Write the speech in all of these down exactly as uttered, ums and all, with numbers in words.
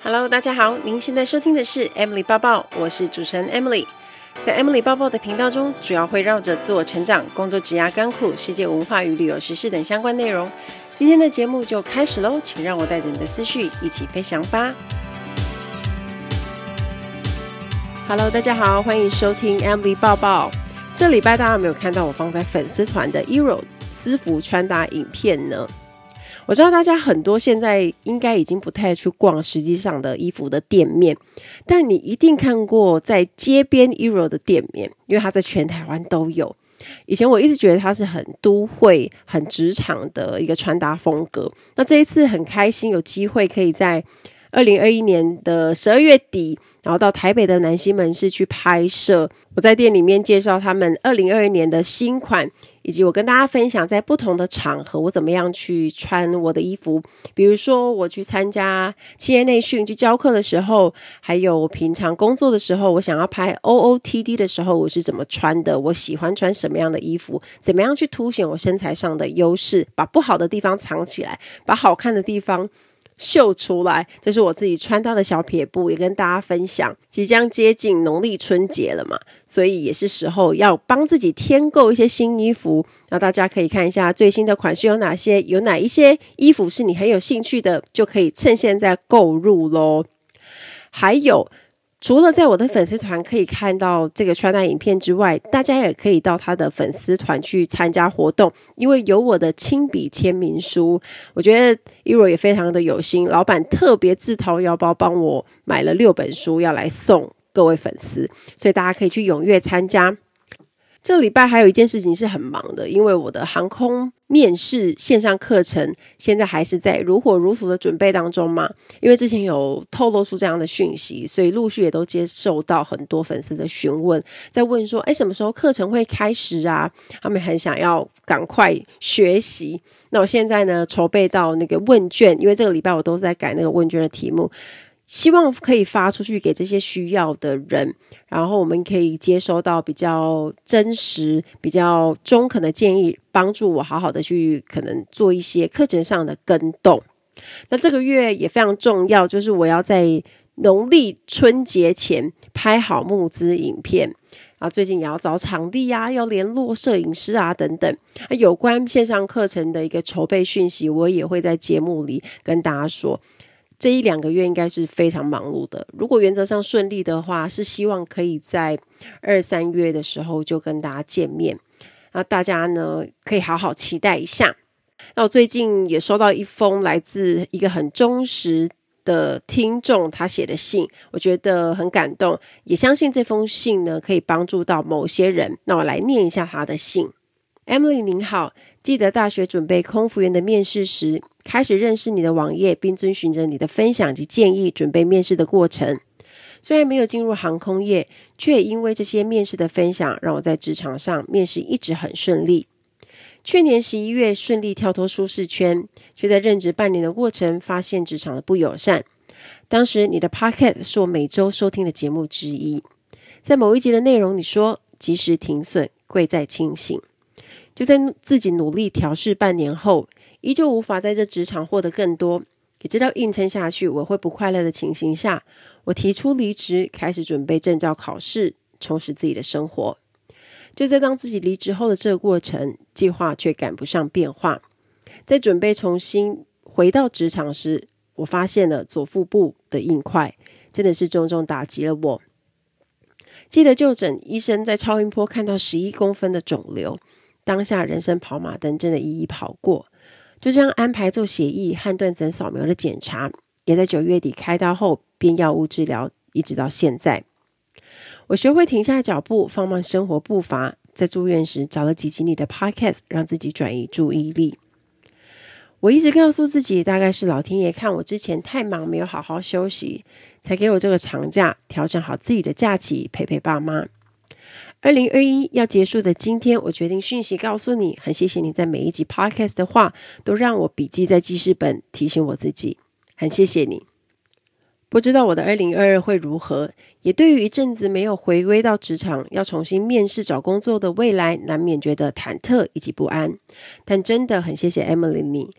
Hello， 大家好，您现在收听的是 Emily 报报，我是主持人 Emily。在 Emily 报报的频道中，主要会绕着自我成长、工作职涯甘苦、世界文化与旅游时事等相关内容。今天的节目就开始咯，请让我带着你的思绪一起飞翔吧。Hello， 大家好，欢迎收听 Emily 报报。这礼拜大家有没有看到我放在粉丝团的 Ero 私服穿搭影片呢？我知道大家很多现在应该已经不太去逛实际上的衣服的店面，但你一定看过在街边 Ero 的店面，因为它在全台湾都有。以前我一直觉得它是很都会、很职场的一个穿搭风格。那这一次很开心有机会可以在二零二一年的十二月底，然后到台北的南西门市去拍摄。我在店里面介绍他们二零二二年的新款，以及我跟大家分享在不同的场合我怎么样去穿我的衣服。比如说我去参加企业内训去教课的时候，还有我平常工作的时候，我想要拍 O O T D 的时候我是怎么穿的，我喜欢穿什么样的衣服，怎么样去凸显我身材上的优势，把不好的地方藏起来，把好看的地方秀出来。这是我自己穿搭的小撇步，也跟大家分享。即将接近农历春节了嘛，所以也是时候要帮自己添购一些新衣服。那大家可以看一下最新的款式有哪些，有哪一些衣服是你很有兴趣的，就可以趁现在购入咯。还有除了在我的粉丝团可以看到这个穿搭影片之外，大家也可以到他的粉丝团去参加活动，因为有我的亲笔签名书。我觉得 Ero 也非常的有心，老板特别自掏腰包帮我买了六本书要来送各位粉丝，所以大家可以去踊跃参加。这礼拜还有一件事情是很忙的，因为我的航空面试线上课程现在还是在如火如荼的准备当中嘛，因为之前有透露出这样的讯息，所以陆续也都接受到很多粉丝的询问，在问说诶什么时候课程会开始啊，他们很想要赶快学习。那我现在呢筹备到那个问卷，因为这个礼拜我都是在改那个问卷的题目，希望可以发出去给这些需要的人，然后我们可以接收到比较真实比较中肯的建议，帮助我好好的去可能做一些课程上的更动。那这个月也非常重要，就是我要在农历春节前拍好募资影片，然后最近也要找场地啊，要联络摄影师啊等等。有关线上课程的一个筹备讯息，我也会在节目里跟大家说。这一两个月应该是非常忙碌的，如果原则上顺利的话，是希望可以在二三月的时候就跟大家见面。那大家呢可以好好期待一下。那我最近也收到一封来自一个很忠实的听众他写的信，我觉得很感动，也相信这封信呢可以帮助到某些人。那我来念一下他的信。 Emily 您好，记得大学准备空服员的面试时，开始认识你的网页，并遵循着你的分享及建议准备面试的过程。虽然没有进入航空业，却也因为这些面试的分享，让我在职场上面试一直很顺利。去年十一月顺利跳脱舒适圈，却在任职半年的过程发现职场的不友善。当时你的 Podcast 是我每周收听的节目之一，在某一集的内容你说及时停损，贵在清醒。就在自己努力调试半年后，依旧无法在这职场获得更多，也知道硬撑下去我会不快乐的情形下，我提出离职，开始准备证照考试，充实自己的生活。就在当自己离职后的这个过程，计划却赶不上变化。在准备重新回到职场时，我发现了左腹部的硬块，真的是重重打击了我。记得就诊，医生在超音波看到十一公分的肿瘤，当下人生跑马灯真的一一跑过，就这样安排做血液和断层扫描的检查，也在九月底开刀后边药物治疗，一直到现在。我学会停下脚步，放慢生活步伐，在住院时找了几集你的 podcast， 让自己转移注意力。我一直告诉自己，大概是老天爷看我之前太忙，没有好好休息，才给我这个长假，调整好自己的假期，陪陪爸妈。二零二一要结束的今天，我决定讯息告诉你，很谢谢你在每一集 podcast 的话都让我笔记在记事本，提醒我自己，很谢谢你。不知道我的二零二二会如何，也对于一阵子没有回归到职场，要重新面试找工作的未来，难免觉得忐忑以及不安。但真的很谢谢 Emily 你，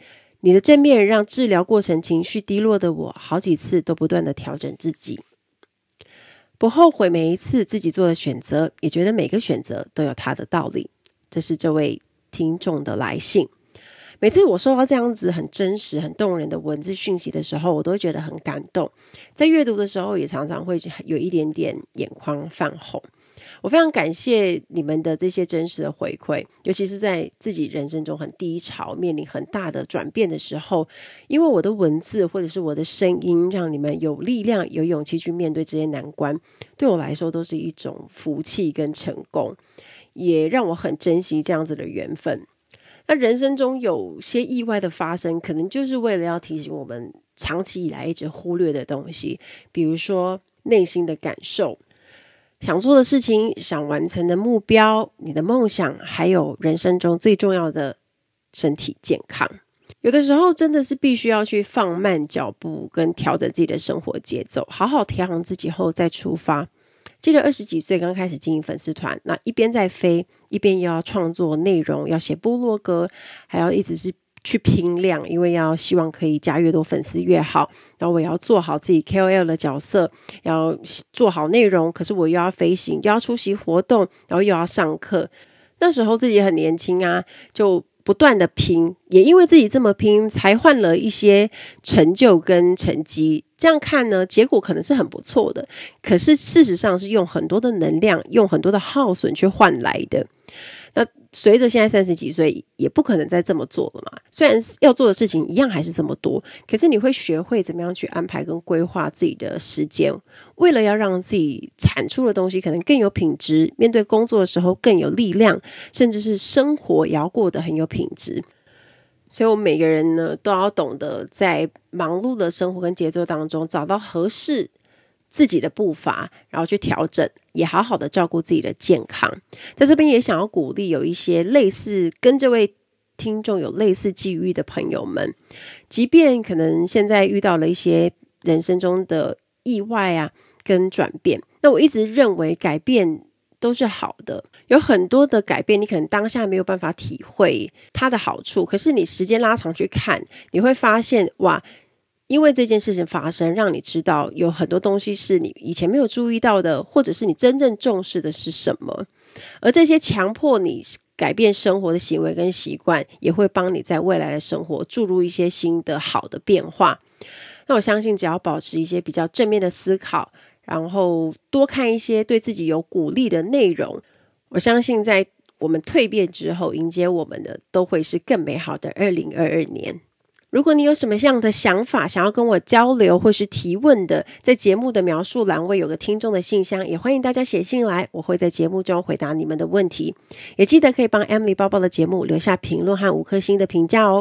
你的正面让治疗过程情绪低落的我好几次都不断的调整自己，不后悔每一次自己做的选择，也觉得每个选择都有它的道理。这是这位听众的来信。每次我收到这样子很真实很动人的文字讯息的时候，我都会觉得很感动，在阅读的时候也常常会有一点点眼眶泛红。我非常感谢你们的这些真实的回馈，尤其是在自己人生中很低潮面临很大的转变的时候，因为我的文字或者是我的声音让你们有力量有勇气去面对这些难关，对我来说都是一种福气跟成功，也让我很珍惜这样子的缘分。那人生中有些意外的发生，可能就是为了要提醒我们长期以来一直忽略的东西，比如说内心的感受，想做的事情，想完成的目标，你的梦想，还有人生中最重要的身体健康。有的时候真的是必须要去放慢脚步跟调整自己的生活节奏，好好调养自己后再出发。记得二十几岁刚开始经营粉丝团，那一边在飞，一边又要创作内容，要写部落格，还要一直是去拼量，因为要希望可以加越多粉丝越好。然后我也要做好自己 K O L 的角色，要做好内容，可是我又要飞行，又要出席活动，然后又要上课。那时候自己很年轻啊，就不断的拼，也因为自己这么拼，才换了一些成就跟成绩。这样看呢，结果可能是很不错的，可是事实上是用很多的能量，用很多的耗损去换来的。那随着现在三十几岁，也不可能再这么做了嘛。虽然要做的事情一样还是这么多，可是你会学会怎么样去安排跟规划自己的时间，为了要让自己产出的东西可能更有品质，面对工作的时候更有力量，甚至是生活也要过得很有品质。所以我们每个人呢，都要懂得在忙碌的生活跟节奏当中，找到合适自己的步伐，然后去调整，也好好的照顾自己的健康。在这边也想要鼓励有一些类似跟这位听众有类似际遇的朋友们，即便可能现在遇到了一些人生中的意外啊跟转变，那我一直认为改变都是好的，有很多的改变你可能当下没有办法体会它的好处，可是你时间拉长去看，你会发现哇，因为这件事情发生，让你知道有很多东西是你以前没有注意到的，或者是你真正重视的是什么，而这些强迫你改变生活的行为跟习惯，也会帮你在未来的生活注入一些新的好的变化。那我相信只要保持一些比较正面的思考，然后多看一些对自己有鼓励的内容，我相信在我们蜕变之后，迎接我们的都会是更美好的二零二二年。如果你有什么样的想法想要跟我交流或是提问的，在节目的描述栏位有个听众的信箱，也欢迎大家写信来，我会在节目中回答你们的问题。也记得可以帮 Emily 包包的节目留下评论和五颗星的评价哦。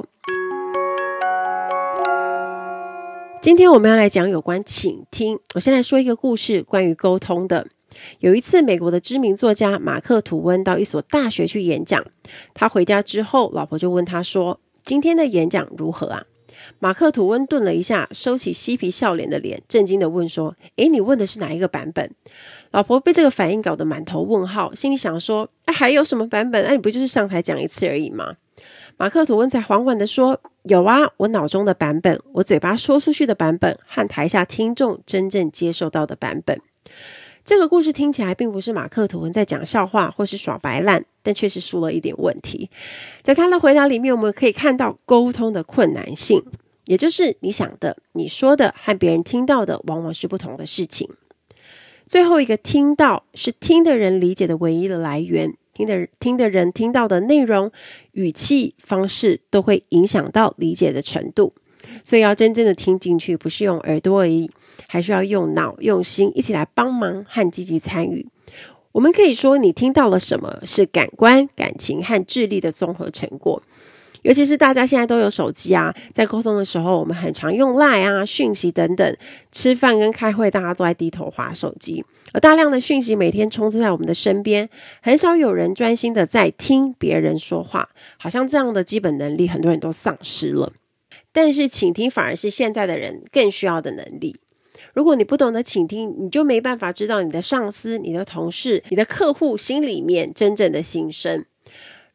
今天我们要来讲有关倾听。我先来说一个故事，关于沟通的。有一次，美国的知名作家马克·吐温到一所大学去演讲，他回家之后，老婆就问他说，今天的演讲如何啊？马克·吐温顿了一下，收起嬉皮笑脸的脸，震惊地问说，诶，你问的是哪一个版本？老婆被这个反应搞得满头问号，心里想说，哎，还有什么版本？那、啊、你不就是上台讲一次而已吗？马克·吐温才缓缓地说，有啊，我脑中的版本，我嘴巴说出去的版本，和台下听众真正接受到的版本。这个故事听起来并不是马克·吐温在讲笑话或是耍白烂，但确实出了一点问题。在他的回答里面，我们可以看到沟通的困难性，也就是你想的、你说的和别人听到的往往是不同的事情。最后一个听到是听的人理解的唯一的来源，听的听的人听到的内容、语气、方式都会影响到理解的程度。所以要真正的听进去，不是用耳朵而已，还需要用脑用心一起来帮忙和积极参与。我们可以说你听到了什么是感官、感情和智力的综合成果。尤其是大家现在都有手机啊，在沟通的时候我们很常用 LINE 啊、讯息等等，吃饭跟开会大家都在低头滑手机，而大量的讯息每天充斥在我们的身边，很少有人专心的在听别人说话，好像这样的基本能力很多人都丧失了。但是倾听反而是现在的人更需要的能力。如果你不懂得倾听，你就没办法知道你的上司、你的同事、你的客户心里面真正的心声。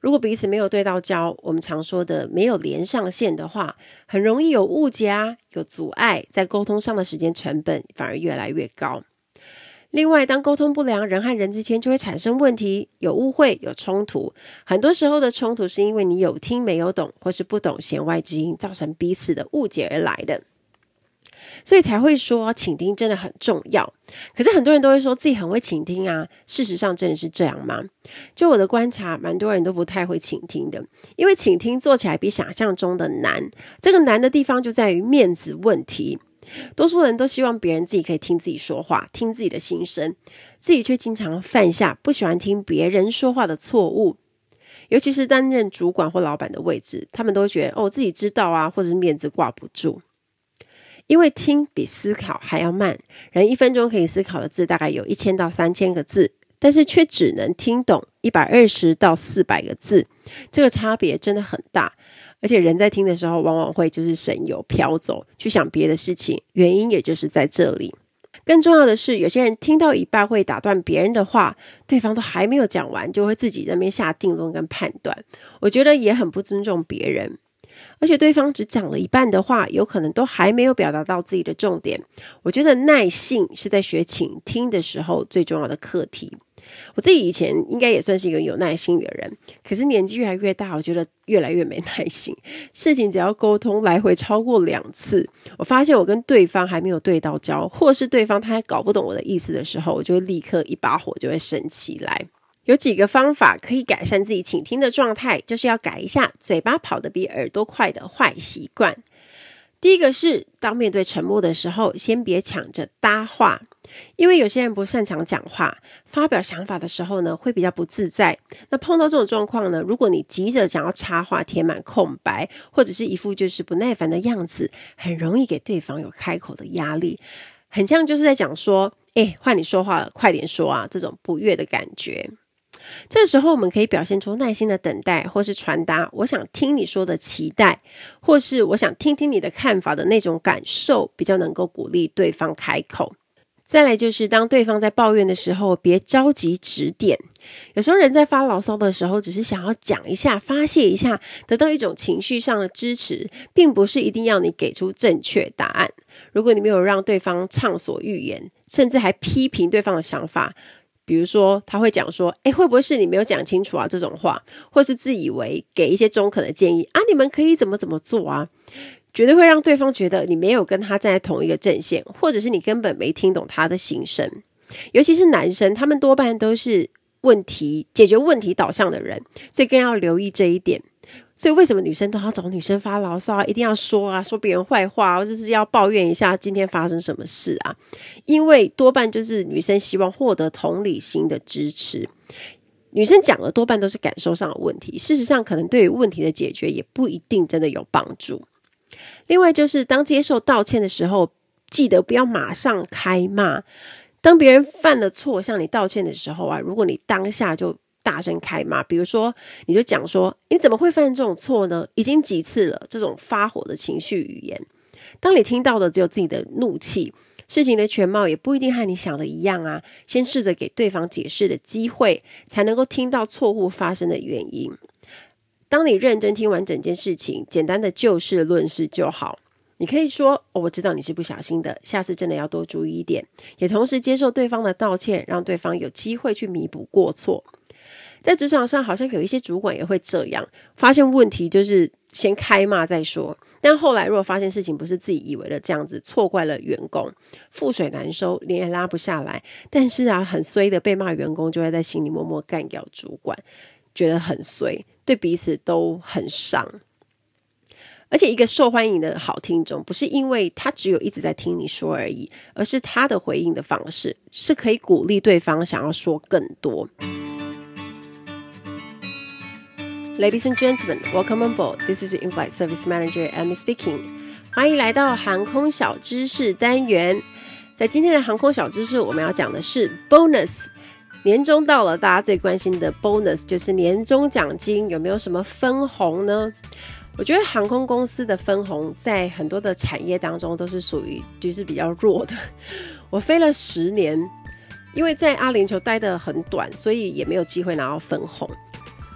如果彼此没有对到焦，我们常说的没有连上线的话，很容易有误解啊，有阻碍，在沟通上的时间成本反而越来越高。另外，当沟通不良，人和人之间就会产生问题，有误会，有冲突。很多时候的冲突是因为你有听没有懂，或是不懂弦外之音，造成彼此的误解而来的。所以才会说倾听真的很重要。可是很多人都会说自己很会倾听啊，事实上真的是这样吗？就我的观察，蛮多人都不太会倾听的，因为倾听做起来比想象中的难。这个难的地方就在于面子问题。多数人都希望别人自己可以听自己说话，听自己的心声，自己却经常犯下不喜欢听别人说话的错误。尤其是担任主管或老板的位置，他们都会觉得哦，自己知道啊，或者是面子挂不住。因为听比思考还要慢，人一分钟可以思考的字大概有一千到三千个字，但是却只能听懂一百二十到四百个字，这个差别真的很大。而且人在听的时候往往会就是神游飘走，去想别的事情，原因也就是在这里。更重要的是，有些人听到一半会打断别人的话，对方都还没有讲完，就会自己在那边下定论跟判断，我觉得也很不尊重别人。而且对方只讲了一半的话，有可能都还没有表达到自己的重点。我觉得耐性是在学倾听的时候最重要的课题。我自己以前应该也算是一个有耐心的人，可是年纪越来越大，我觉得越来越没耐心。事情只要沟通来回超过两次，我发现我跟对方还没有对到焦，或是对方他还搞不懂我的意思的时候，我就会立刻一把火就会生起来。有几个方法可以改善自己倾听的状态，就是要改一下嘴巴跑得比耳朵快的坏习惯。第一个是，当面对沉默的时候，先别抢着搭话。因为有些人不擅长讲话，发表想法的时候呢，会比较不自在。那碰到这种状况呢，如果你急着想要插话填满空白，或者是一副就是不耐烦的样子，很容易给对方有开口的压力，很像就是在讲说，诶，换你说话了，快点说啊，这种不悦的感觉。这个时候我们可以表现出耐心的等待，或是传达我想听你说的期待，或是我想听听你的看法的那种感受，比较能够鼓励对方开口。再来就是当对方在抱怨的时候，别着急指点。有时候人在发牢骚的时候，只是想要讲一下，发泄一下，得到一种情绪上的支持，并不是一定要你给出正确答案。如果你没有让对方畅所欲言，甚至还批评对方的想法，比如说他会讲说，诶，会不会是你没有讲清楚啊，这种话，或是自以为给一些中肯的建议啊，你们可以怎么怎么做啊，绝对会让对方觉得你没有跟他站在同一个阵线，或者是你根本没听懂他的心声。尤其是男生，他们多半都是问题解决问题导向的人，所以更要留意这一点。所以为什么女生都要找女生发牢骚啊，一定要说啊，说别人坏话，或者是要抱怨一下今天发生什么事啊？因为多半就是女生希望获得同理心的支持。女生讲的多半都是感受上的问题，事实上可能对于问题的解决也不一定真的有帮助。另外就是当接受道歉的时候，记得不要马上开骂。当别人犯了错向你道歉的时候啊，如果你当下就大声开骂，比如说你就讲说，你怎么会犯这种错呢？已经几次了，这种发火的情绪语言，当你听到的只有自己的怒气，事情的全貌也不一定和你想的一样啊。先试着给对方解释的机会，才能够听到错误发生的原因。当你认真听完整件事情，简单的就事论事就好。你可以说、哦、我知道你是不小心的，下次真的要多注意一点，也同时接受对方的道歉，让对方有机会去弥补过错。在职场上好像有一些主管也会这样，发现问题就是先开骂再说，但后来如果发现事情不是自己以为的这样子，错怪了员工，覆水难收，脸也拉不下来，但是啊很衰的被骂员工就会在心里默默干掉主管，觉得很衰，对彼此都很伤。而且一个受欢迎的好听众，不是因为他只有一直在听你说而已，而是他的回应的方式是可以鼓励对方想要说更多。Ladies and gentlemen, welcome on board. This is your in-flight service manager, Amy speaking. 欢迎来到航空小知识单元。在今天的航空小知识，我们要讲的是 bonus。年终到了，大家最关心的 bonus 就是年终奖金有没有什么分红呢？我觉得航空公司的分红在很多的产业当中都是属于就是比较弱的。我飞了十年，因为在阿联酋待得很短，所以也没有机会拿到分红。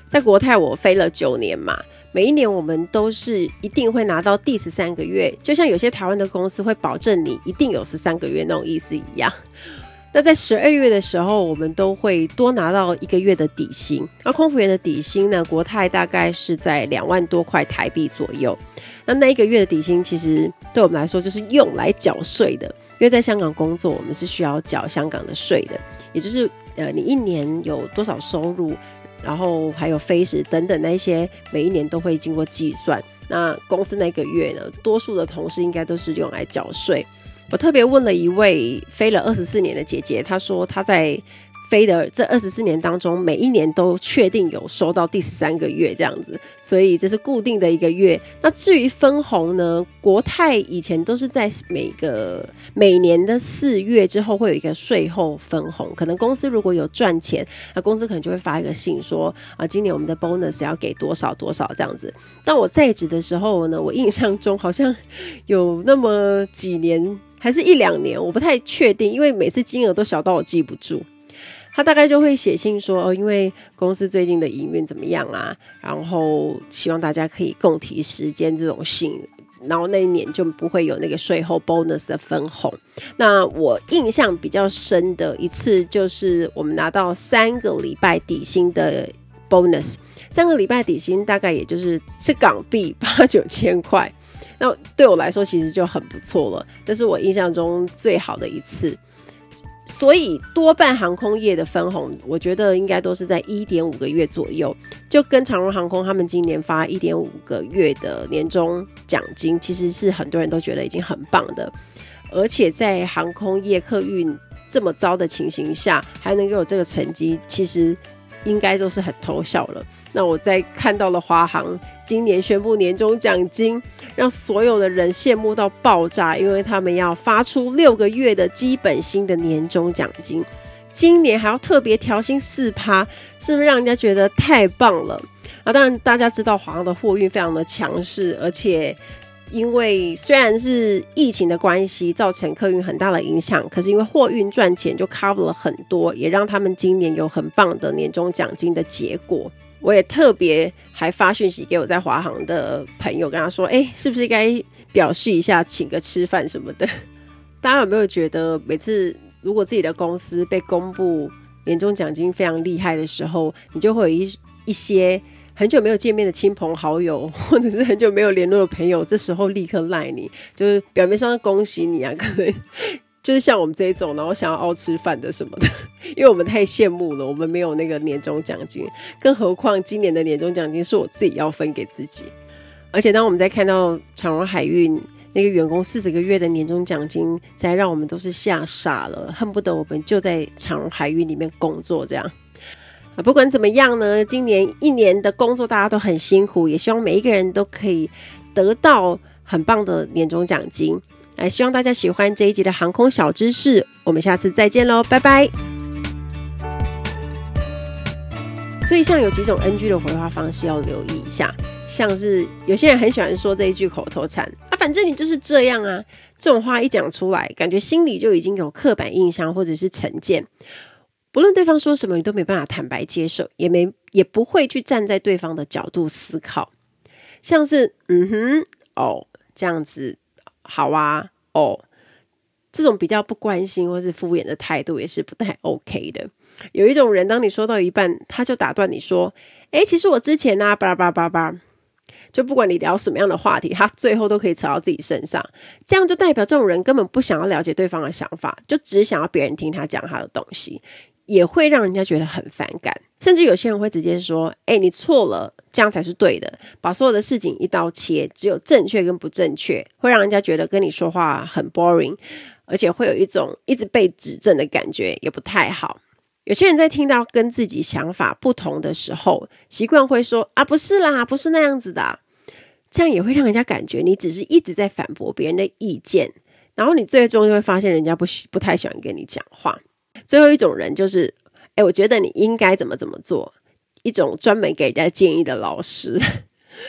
在国泰我飞了九年嘛，每一年我们都是一定会拿到第十三个月，就像有些台湾的公司会保证你一定有十三个月那种意思一样。那在十二月的时候，我们都会多拿到一个月的底薪。那空服员的底薪呢，国泰大概是在两万多块台币左右。那那一个月的底薪，其实对我们来说就是用来缴税的，因为在香港工作，我们是需要缴香港的税的，也就是呃，你一年有多少收入，然后还有飞时等等那一些，每一年都会经过计算。那公司那个月呢，多数的同事应该都是用来缴税。我特别问了一位飞了二十四年的姐姐，她说她在飞的这二十四年当中，每一年都确定有收到第十三个月这样子，所以这是固定的一个月。那至于分红呢，国泰以前都是在每个每年的四月之后会有一个税后分红，可能公司如果有赚钱，那公司可能就会发一个信说啊，今年我们的 bonus 要给多少多少这样子。当我在职的时候呢，我印象中好像有那么几年，还是一两年，我不太确定，因为每次金额都小到我记不住。他大概就会写信说，哦，因为公司最近的营运怎么样啊，然后希望大家可以共体时间这种信，然后那一年就不会有那个税后 bonus 的分红。那我印象比较深的一次就是我们拿到三个礼拜底薪的 bonus， 三个礼拜底薪大概也就是是港币八九千块，那对我来说其实就很不错了，这是我印象中最好的一次。所以多半航空业的分红，我觉得应该都是在 一点五个月左右，就跟长荣航空他们今年发 一点五个月的年终奖金，其实是很多人都觉得已经很棒的。而且在航空业客运这么糟的情形下，还能够有这个成绩，其实应该都是很偷笑了。那我在看到了华航今年宣布年终奖金，让所有的人羡慕到爆炸，因为他们要发出六个月的基本薪的年终奖金，今年还要特别调薪 百分之四， 是不是让人家觉得太棒了？啊，当然大家知道华航的货运非常的强势，而且因为虽然是疫情的关系造成客运很大的影响，可是因为货运赚钱就 cover 了很多，也让他们今年有很棒的年终奖金的结果。我也特别还发讯息给我在华航的朋友，跟他说，哎，是不是该表示一下，请个吃饭什么的？大家有没有觉得每次如果自己的公司被公布年终奖金非常厉害的时候，你就会有一一些很久没有见面的亲朋好友，或者是很久没有联络的朋友，这时候立刻赖你，就是表面上恭喜你啊，可能就是像我们这一种，然后想要凹吃饭的什么的，因为我们太羡慕了，我们没有那个年终奖金，更何况今年的年终奖金是我自己要分给自己。而且当我们在看到长荣海运那个员工四十个月的年终奖金，才让我们都是吓傻了，恨不得我们就在长荣海运里面工作这样。啊，不管怎么样呢，今年一年的工作大家都很辛苦，也希望每一个人都可以得到很棒的年终奖金。来，希望大家喜欢这一集的航空小知识，我们下次再见咯，拜拜。所以像有几种 N G 的回话方式要留意一下，像是有些人很喜欢说这一句口头禅啊，反正你就是这样啊，这种话一讲出来，感觉心里就已经有刻板印象或者是成见，不论对方说什么，你都没办法坦白接受，也没也不会去站在对方的角度思考。像是嗯哼，哦，这样子好啊，哦，这种比较不关心或是敷衍的态度也是不太 OK 的。有一种人，当你说到一半，他就打断你说，诶，其实我之前啊巴拉巴拉巴拉巴拉，就不管你聊什么样的话题，他最后都可以扯到自己身上，这样就代表这种人根本不想要了解对方的想法，就只想要别人听他讲他的东西，也会让人家觉得很反感。甚至有些人会直接说，诶，你错了，这样才是对的，把所有的事情一刀切，只有正确跟不正确，会让人家觉得跟你说话很 boring， 而且会有一种一直被指正的感觉，也不太好。有些人在听到跟自己想法不同的时候，习惯会说，啊，不是啦，不是那样子的啊，这样也会让人家感觉你只是一直在反驳别人的意见，然后你最终就会发现人家不不太喜欢跟你讲话。最后一种人就是，诶，我觉得你应该怎么怎么做，一种专门给人家建议的老师。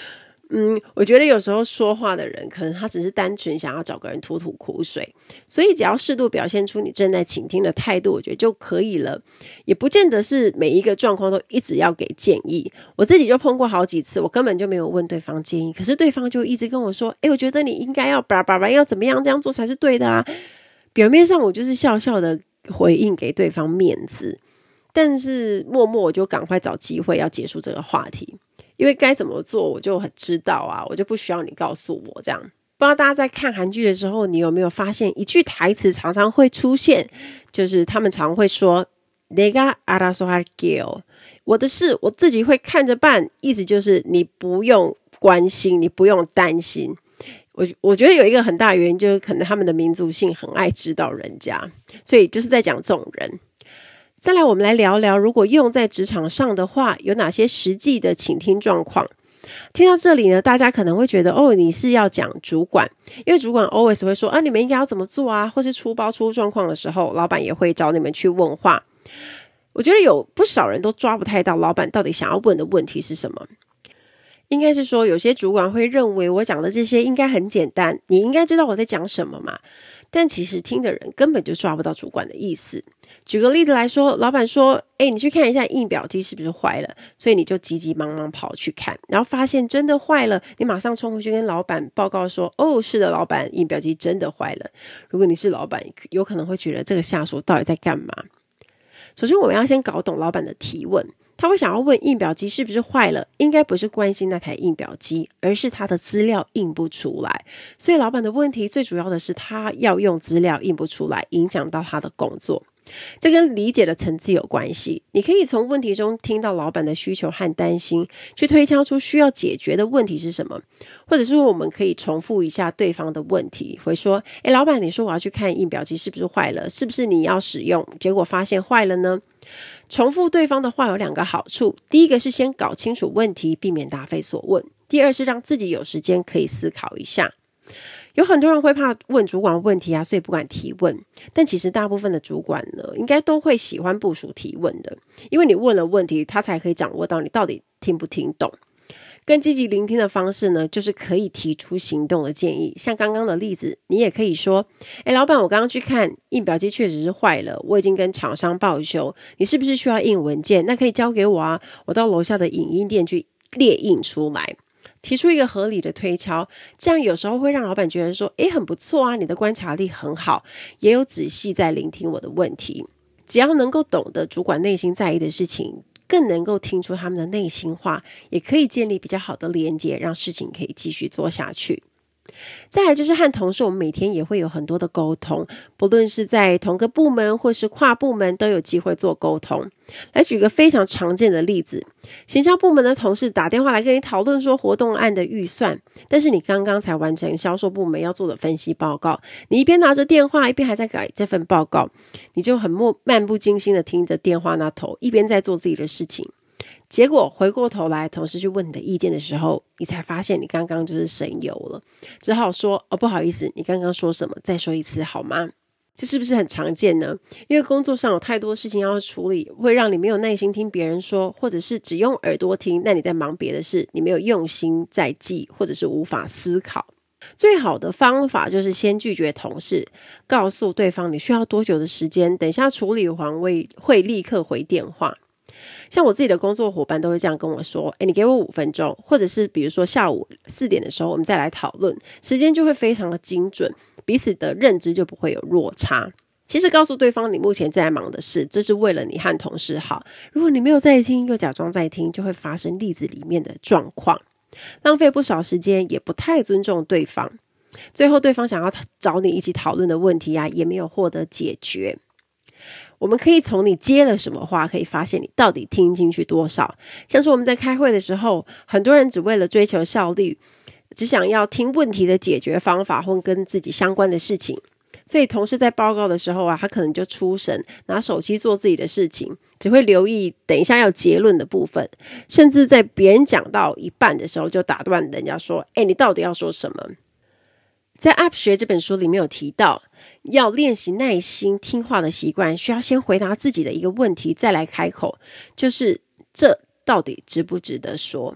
嗯，我觉得有时候说话的人可能他只是单纯想要找个人吐吐苦水，所以只要适度表现出你正在倾听的态度，我觉得就可以了，也不见得是每一个状况都一直要给建议。我自己就碰过好几次，我根本就没有问对方建议，可是对方就一直跟我说，诶，我觉得你应该要叭叭叭要怎么样这样做才是对的啊。表面上我就是笑笑的回应给对方面子，但是默默我就赶快找机会要结束这个话题，因为该怎么做我就很知道啊，我就不需要你告诉我这样。不知道大家在看韩剧的时候，你有没有发现一句台词常常会出现，就是他们常会说내가 알아서 할게요，我的事我自己会看着办，意思就是你不用关心，你不用担心。我我觉得有一个很大的原因就是可能他们的民族性很爱指导人家，所以就是在讲这种人。再来我们来聊聊，如果用在职场上的话，有哪些实际的倾听状况。听到这里呢，大家可能会觉得哦，你是要讲主管，因为主管 always 会说啊，你们应该要怎么做啊，或是出包出状况的时候，老板也会找你们去问话。我觉得有不少人都抓不太到老板到底想要问的问题是什么。应该是说有些主管会认为我讲的这些应该很简单，你应该知道我在讲什么嘛，但其实听的人根本就抓不到主管的意思。举个例子来说，老板说诶，你去看一下印表机是不是坏了，所以你就急急忙忙跑去看，然后发现真的坏了，你马上冲回去跟老板报告说哦，是的老板，印表机真的坏了。如果你是老板，有可能会觉得这个下属到底在干嘛。首先我们要先搞懂老板的提问，他会想要问印表机是不是坏了，应该不是关心那台印表机，而是他的资料印不出来。所以老板的问题最主要的是他要用资料印不出来，影响到他的工作。这跟理解的层次有关系，你可以从问题中听到老板的需求和担心，去推敲出需要解决的问题是什么。或者是我们可以重复一下对方的问题，会说诶，老板你说我要去看印表机是不是坏了，是不是你要使用，结果发现坏了呢？重复对方的话有两个好处，第一个是先搞清楚问题，避免答非所问，第二是让自己有时间可以思考一下。有很多人会怕问主管问题啊，所以不敢提问，但其实大部分的主管呢，应该都会喜欢部属提问的，因为你问了问题，他才可以掌握到你到底听不听懂。更积极聆听的方式呢，就是可以提出行动的建议。像刚刚的例子，你也可以说诶，老板我刚刚去看印表机确实是坏了，我已经跟厂商报修，你是不是需要印文件？那可以交给我啊，我到楼下的影印店去列印出来。提出一个合理的推敲，这样有时候会让老板觉得说诶，很不错啊，你的观察力很好，也有仔细在聆听我的问题。只要能够懂得主管内心在意的事情，更能够听出他们的内心话，也可以建立比较好的连结，让事情可以继续做下去。再来就是和同事，我们每天也会有很多的沟通，不论是在同个部门或是跨部门都有机会做沟通。来举个非常常见的例子，行销部门的同事打电话来跟你讨论说活动案的预算，但是你刚刚才完成销售部门要做的分析报告，你一边拿着电话一边还在改这份报告，你就很漫不经心的听着电话那头，一边在做自己的事情。结果回过头来同事去问你的意见的时候，你才发现你刚刚就是神游了，只好说哦，不好意思，你刚刚说什么再说一次好吗？这是不是很常见呢？因为工作上有太多事情要处理，会让你没有耐心听别人说，或者是只用耳朵听，那你在忙别的事，你没有用心在记，或者是无法思考。最好的方法就是先拒绝同事，告诉对方你需要多久的时间，等一下处理完会会立刻回电话。像我自己的工作伙伴都会这样跟我说，诶，你给我五分钟，或者是比如说下午四点的时候我们再来讨论，时间就会非常的精准，彼此的认知就不会有落差。其实告诉对方你目前正在忙的事，这是为了你和同事好，如果你没有在听又假装在听，就会发生例子里面的状况，浪费不少时间，也不太尊重对方，最后对方想要找你一起讨论的问题啊，也没有获得解决。我们可以从你接了什么话，可以发现你到底听进去多少。像是我们在开会的时候，很多人只为了追求效率，只想要听问题的解决方法或跟自己相关的事情，所以同事在报告的时候啊，他可能就出神，拿手机做自己的事情，只会留意等一下要结论的部分，甚至在别人讲到一半的时候就打断人家说，诶，你到底要说什么？在 Up 学这本书里面有提到，要练习耐心听话的习惯，需要先回答自己的一个问题再来开口，就是这到底值不值得说。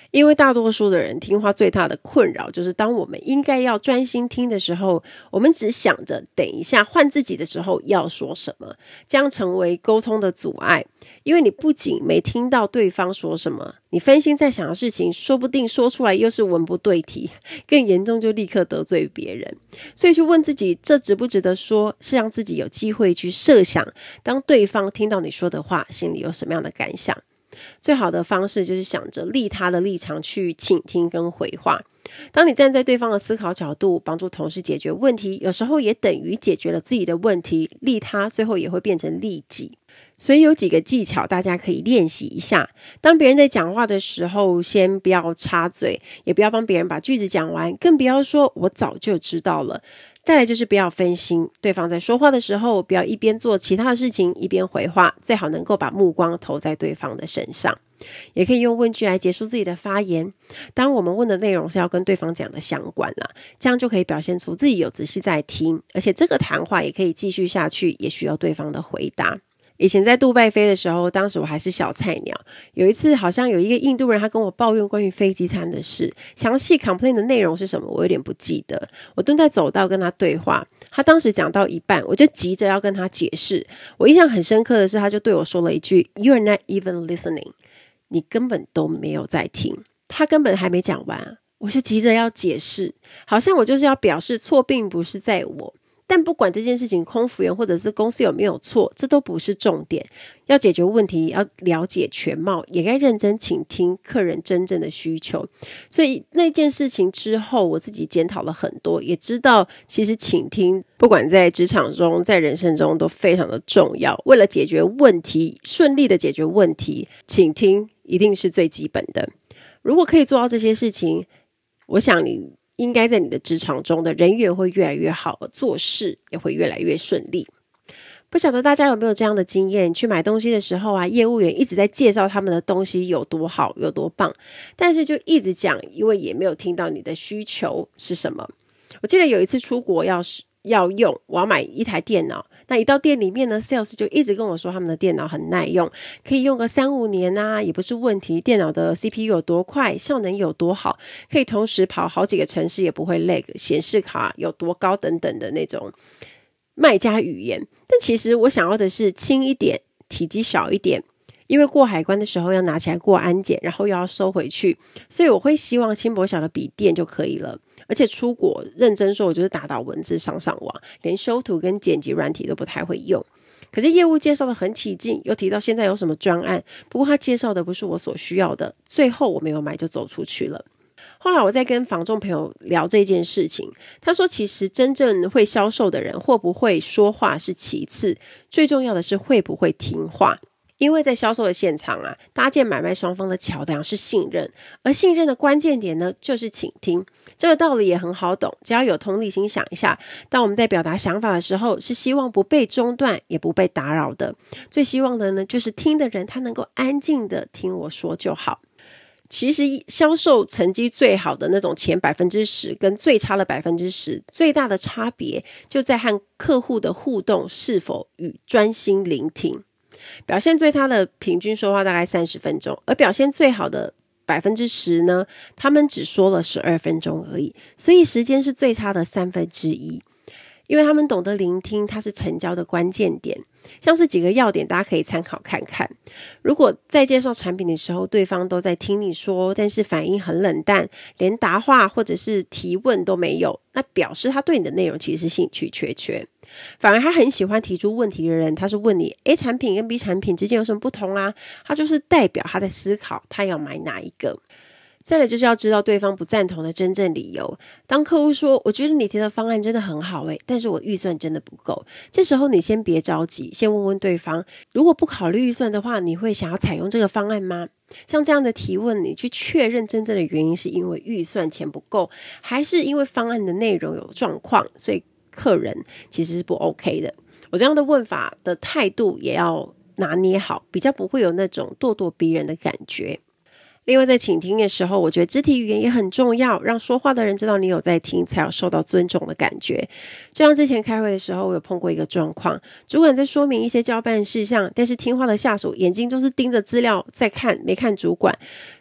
因为大多数的人听话最大的困扰就是当我们应该要专心听的时候，我们只想着等一下换自己的时候要说什么，这样成为沟通的阻碍。因为你不仅没听到对方说什么，你分心在想的事情说不定说出来又是文不对题，更严重就立刻得罪别人。所以去问自己这值不值得说，是让自己有机会去设想当对方听到你说的话心里有什么样的感想。最好的方式就是想着利他的立场去倾听跟回话。当你站在对方的思考角度，帮助同事解决问题，有时候也等于解决了自己的问题，利他最后也会变成利己。所以有几个技巧大家可以练习一下。当别人在讲话的时候，先不要插嘴，也不要帮别人把句子讲完，更不要说我早就知道了。再来就是不要分心，对方在说话的时候，不要一边做其他的事情一边回话，最好能够把目光投在对方的身上。也可以用问句来结束自己的发言，当我们问的内容是要跟对方讲的相关啦，这样就可以表现出自己有仔细在听，而且这个谈话也可以继续下去，也需要对方的回答。以前在杜拜飞的时候，当时我还是小菜鸟，有一次好像有一个印度人他跟我抱怨关于飞机餐的事，详细 complain 的内容是什么我有点不记得。我蹲在走道跟他对话，他当时讲到一半，我就急着要跟他解释。我印象很深刻的是，他就对我说了一句 You're not even listening， 你根本都没有在听。他根本还没讲完，我就急着要解释，好像我就是要表示错并不是在我。但不管这件事情空服员或者是公司有没有错，这都不是重点。要解决问题，要了解全貌，也该认真倾听客人真正的需求。所以那件事情之后，我自己检讨了很多，也知道其实倾听不管在职场中在人生中都非常的重要。为了解决问题，顺利的解决问题，倾听一定是最基本的。如果可以做到这些事情，我想你应该在你的职场中的人缘会越来越好，做事也会越来越顺利。不晓得大家有没有这样的经验，去买东西的时候啊，业务员一直在介绍他们的东西有多好有多棒，但是就一直讲，因为也没有听到你的需求是什么。我记得有一次出国要要用，我要买一台电脑，那一到店里面呢 sales 就一直跟我说他们的电脑很耐用，可以用个三五年啊，也不是问题，电脑的 C P U 有多快，效能有多好，可以同时跑好几个程式也不会 lag， 显示卡有多高等等的那种卖家语言。但其实我想要的是轻一点，体积小一点，因为过海关的时候要拿起来过安检，然后又要收回去，所以我会希望轻薄小的笔电就可以了。而且出国认真说，我就是打打文字上上网，连修图跟剪辑软体都不太会用。可是业务介绍的很起劲，又提到现在有什么专案，不过他介绍的不是我所需要的，最后我没有买就走出去了。后来我在跟房仲朋友聊这件事情，他说其实真正会销售的人会不会说话是其次，最重要的是会不会听话。因为在销售的现场啊，搭建买卖双方的桥梁是信任，而信任的关键点呢，就是倾听。这个道理也很好懂，只要有同理心想一下，当我们在表达想法的时候，是希望不被中断，也不被打扰的。最希望的呢，就是听的人他能够安静的听我说就好。其实销售成绩最好的那种前 百分之十 跟最差的 百分之十 最大的差别就在和客户的互动是否与专心聆听。表现最差的平均说话大概三十分钟，而表现最好的 百分之十 呢，他们只说了十二分钟而已，所以时间是最差的三分之一。因为他们懂得聆听，它是成交的关键点。像是几个要点大家可以参考看看。如果在介绍产品的时候，对方都在听你说，但是反应很冷淡，连答话或者是提问都没有，那表示他对你的内容其实是兴趣缺缺。反而他很喜欢提出问题的人，他是问你 A 产品跟 B 产品之间有什么不同啊，他就是代表他在思考他要买哪一个。再来就是要知道对方不赞同的真正理由。当客户说我觉得你提的方案真的很好诶，但是我预算真的不够，这时候你先别着急，先问问对方，如果不考虑预算的话，你会想要采用这个方案吗？像这样的提问，你去确认真正的原因是因为预算钱不够，还是因为方案的内容有状况，所以客人其实是不 OK 的。我这样的问法的态度也要拿捏好，比较不会有那种咄咄逼人的感觉。另外在倾听的时候，我觉得肢体语言也很重要，让说话的人知道你有在听，才有受到尊重的感觉。就像之前开会的时候，我有碰过一个状况，主管在说明一些交办事项，但是听话的下属眼睛就是盯着资料在看，没看主管。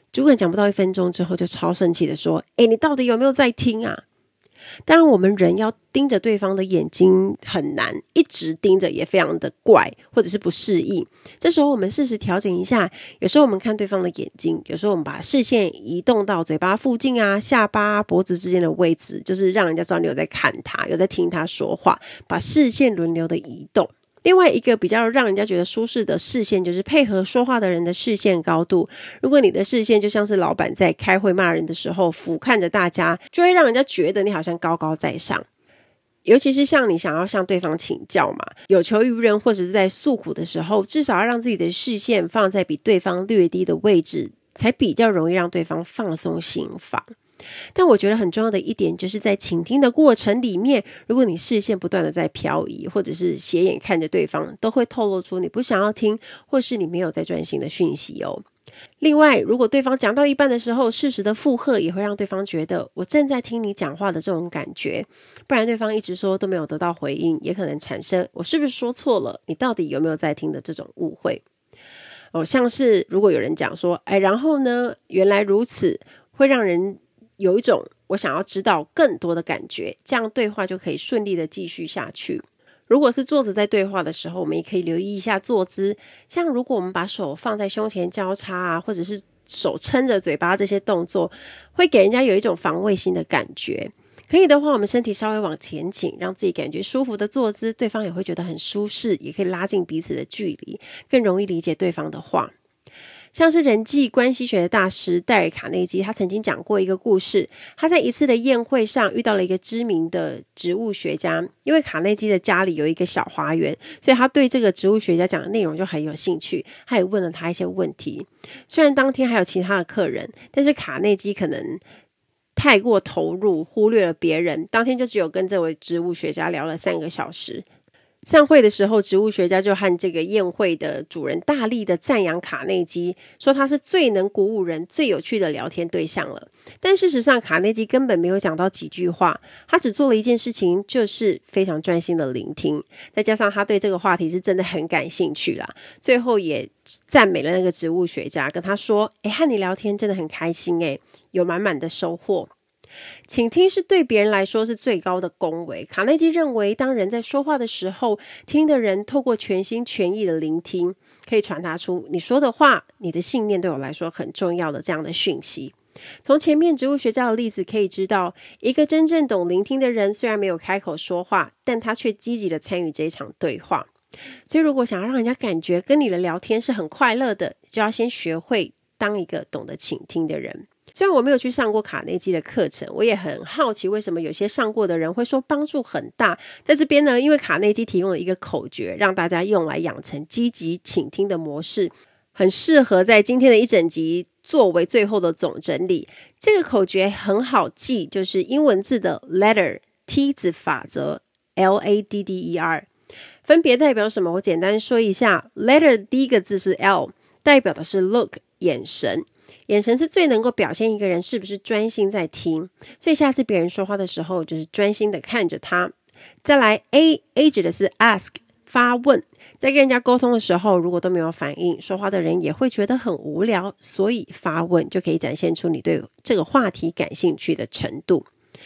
主管讲不到一分钟之后就超生气的说，诶，你到底有没有在听啊？当然我们人要盯着对方的眼睛很难，一直盯着也非常的怪或者是不适应。这时候我们适时调整一下，有时候我们看对方的眼睛，有时候我们把视线移动到嘴巴附近啊、下巴、脖子之间的位置，就是让人家知道你有在看他，有在听他说话，把视线轮流的移动。另外一个比较让人家觉得舒适的视线，就是配合说话的人的视线高度。如果你的视线就像是老板在开会骂人的时候俯瞰着大家，就会让人家觉得你好像高高在上。尤其是像你想要向对方请教嘛，有求于人或者是在诉苦的时候，至少要让自己的视线放在比对方略低的位置，才比较容易让对方放松心防。但我觉得很重要的一点，就是在倾听的过程里面，如果你视线不断的在漂移，或者是斜眼看着对方，都会透露出你不想要听，或是你没有在专心的讯息哦。另外，如果对方讲到一半的时候，适时的附和也会让对方觉得我正在听你讲话的这种感觉，不然对方一直说都没有得到回应，也可能产生我是不是说错了，你到底有没有在听的这种误会哦。像是如果有人讲说，哎，然后呢，原来如此，会让人有一种我想要知道更多的感觉，这样对话就可以顺利的继续下去。如果是坐着在对话的时候，我们也可以留意一下坐姿，像如果我们把手放在胸前交叉啊，或者是手撑着嘴巴，这些动作会给人家有一种防卫心的感觉。可以的话，我们身体稍微往前倾，让自己感觉舒服的坐姿，对方也会觉得很舒适，也可以拉近彼此的距离，更容易理解对方的话。像是人际关系学的大师戴尔·卡内基，他曾经讲过一个故事。他在一次的宴会上遇到了一个知名的植物学家，因为卡内基的家里有一个小花园，所以他对这个植物学家讲的内容就很有兴趣，他也问了他一些问题。虽然当天还有其他的客人，但是卡内基可能太过投入，忽略了别人，当天就只有跟这位植物学家聊了三个小时。散会的时候，植物学家就和这个宴会的主人大力的赞扬卡内基，说他是最能鼓舞人、最有趣的聊天对象了。但事实上，卡内基根本没有讲到几句话，他只做了一件事情，就是非常专心的聆听。再加上他对这个话题是真的很感兴趣啦，最后也赞美了那个植物学家，跟他说：“诶，和你聊天真的很开心诶，有满满的收获。”倾听是对别人来说是最高的恭维。卡内基认为，当人在说话的时候，听的人透过全心全意的聆听，可以传达出你说的话，你的信念对我来说很重要的这样的讯息。从前面植物学家的例子可以知道，一个真正懂聆听的人，虽然没有开口说话，但他却积极的参与这一场对话。所以如果想要让人家感觉跟你的聊天是很快乐的，就要先学会当一个懂得倾听的人。虽然我没有去上过卡内基的课程，我也很好奇为什么有些上过的人会说帮助很大。在这边呢，因为卡内基提供了一个口诀，让大家用来养成积极倾听的模式，很适合在今天的一整集作为最后的总整理。这个口诀很好记，就是英文字的 letter T 字法则 L A D D E R， 分别代表什么？我简单说一下。 letter 第一个字是 L， 代表的是 look 眼神，眼神是最能够表现一个人是不是专心在听，所以下次别人说话的时候就是专心的看着他。再来 A A 指的是 ask 发问，在跟人家沟通的时候，如果都没有反应，说话的人也会觉得很无聊，所以发问就可以展现出你对这个话题感兴趣的程度。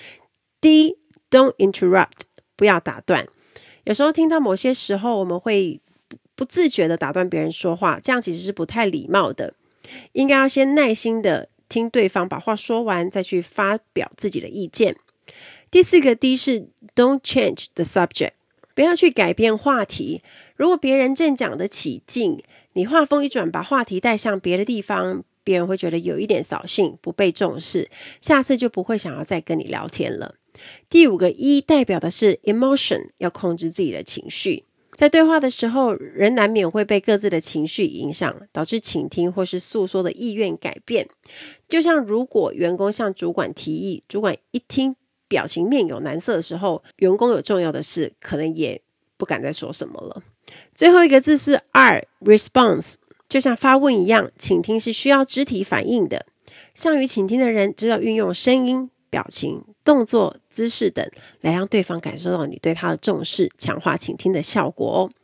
D Don't interrupt 不要打断，有时候听到某些时候我们会不自觉的打断别人说话，这样其实是不太礼貌的，应该要先耐心的听对方把话说完，再去发表自己的意见。第四个 D 是 Don't change the subject， 不要去改变话题。如果别人正讲得起劲，你话锋一转，把话题带向别的地方，别人会觉得有一点扫兴，不被重视，下次就不会想要再跟你聊天了。第五个 E 代表的是 emotion， 要控制自己的情绪。在对话的时候，人难免会被各自的情绪影响，导致倾听或是诉说的意愿改变。就像如果员工向主管提议，主管一听表情面有难色的时候，员工有重要的事，可能也不敢再说什么了。最后一个字是 R response， 就像发问一样，倾听是需要肢体反应的。善于倾听的人知道运用声音、表情、动作、姿势等来让对方感受到你对他的重视，强化倾听的效果哦。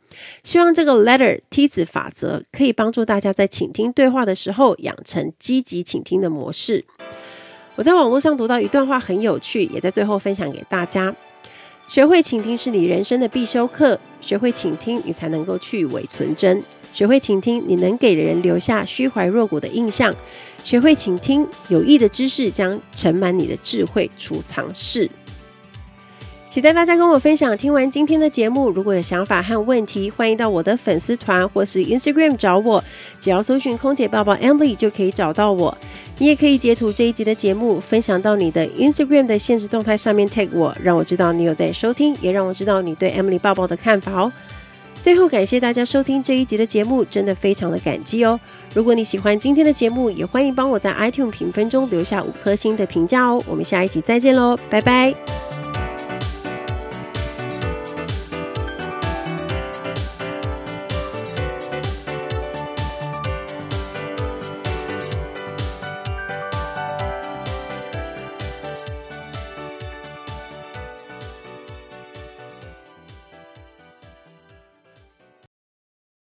希望这个 letter 梯子法则可以帮助大家在倾听对话的时候养成积极倾听的模式。我在网络上读到一段话很有趣，也在最后分享给大家。学会倾听是你人生的必修课，学会倾听你才能够去伪存真，学会倾听你能给人留下虚怀若谷的印象，学会倾听有益的知识将盛满你的智慧储藏室。期待大家跟我分享听完今天的节目，如果有想法和问题，欢迎到我的粉丝团或是 Instagram 找我，只要搜寻空姐抱抱 Emily 就可以找到我。你也可以截图这一集的节目分享到你的 Instagram 的限时动态上面 tag 我，让我知道你有在收听，也让我知道你对 Emily 抱抱的看法哦。最后感谢大家收听这一集的节目，真的非常的感激哦。如果你喜欢今天的节目，也欢迎帮我在 iTunes 评分中留下五颗星的评价哦。我们下一集再见咯，拜拜。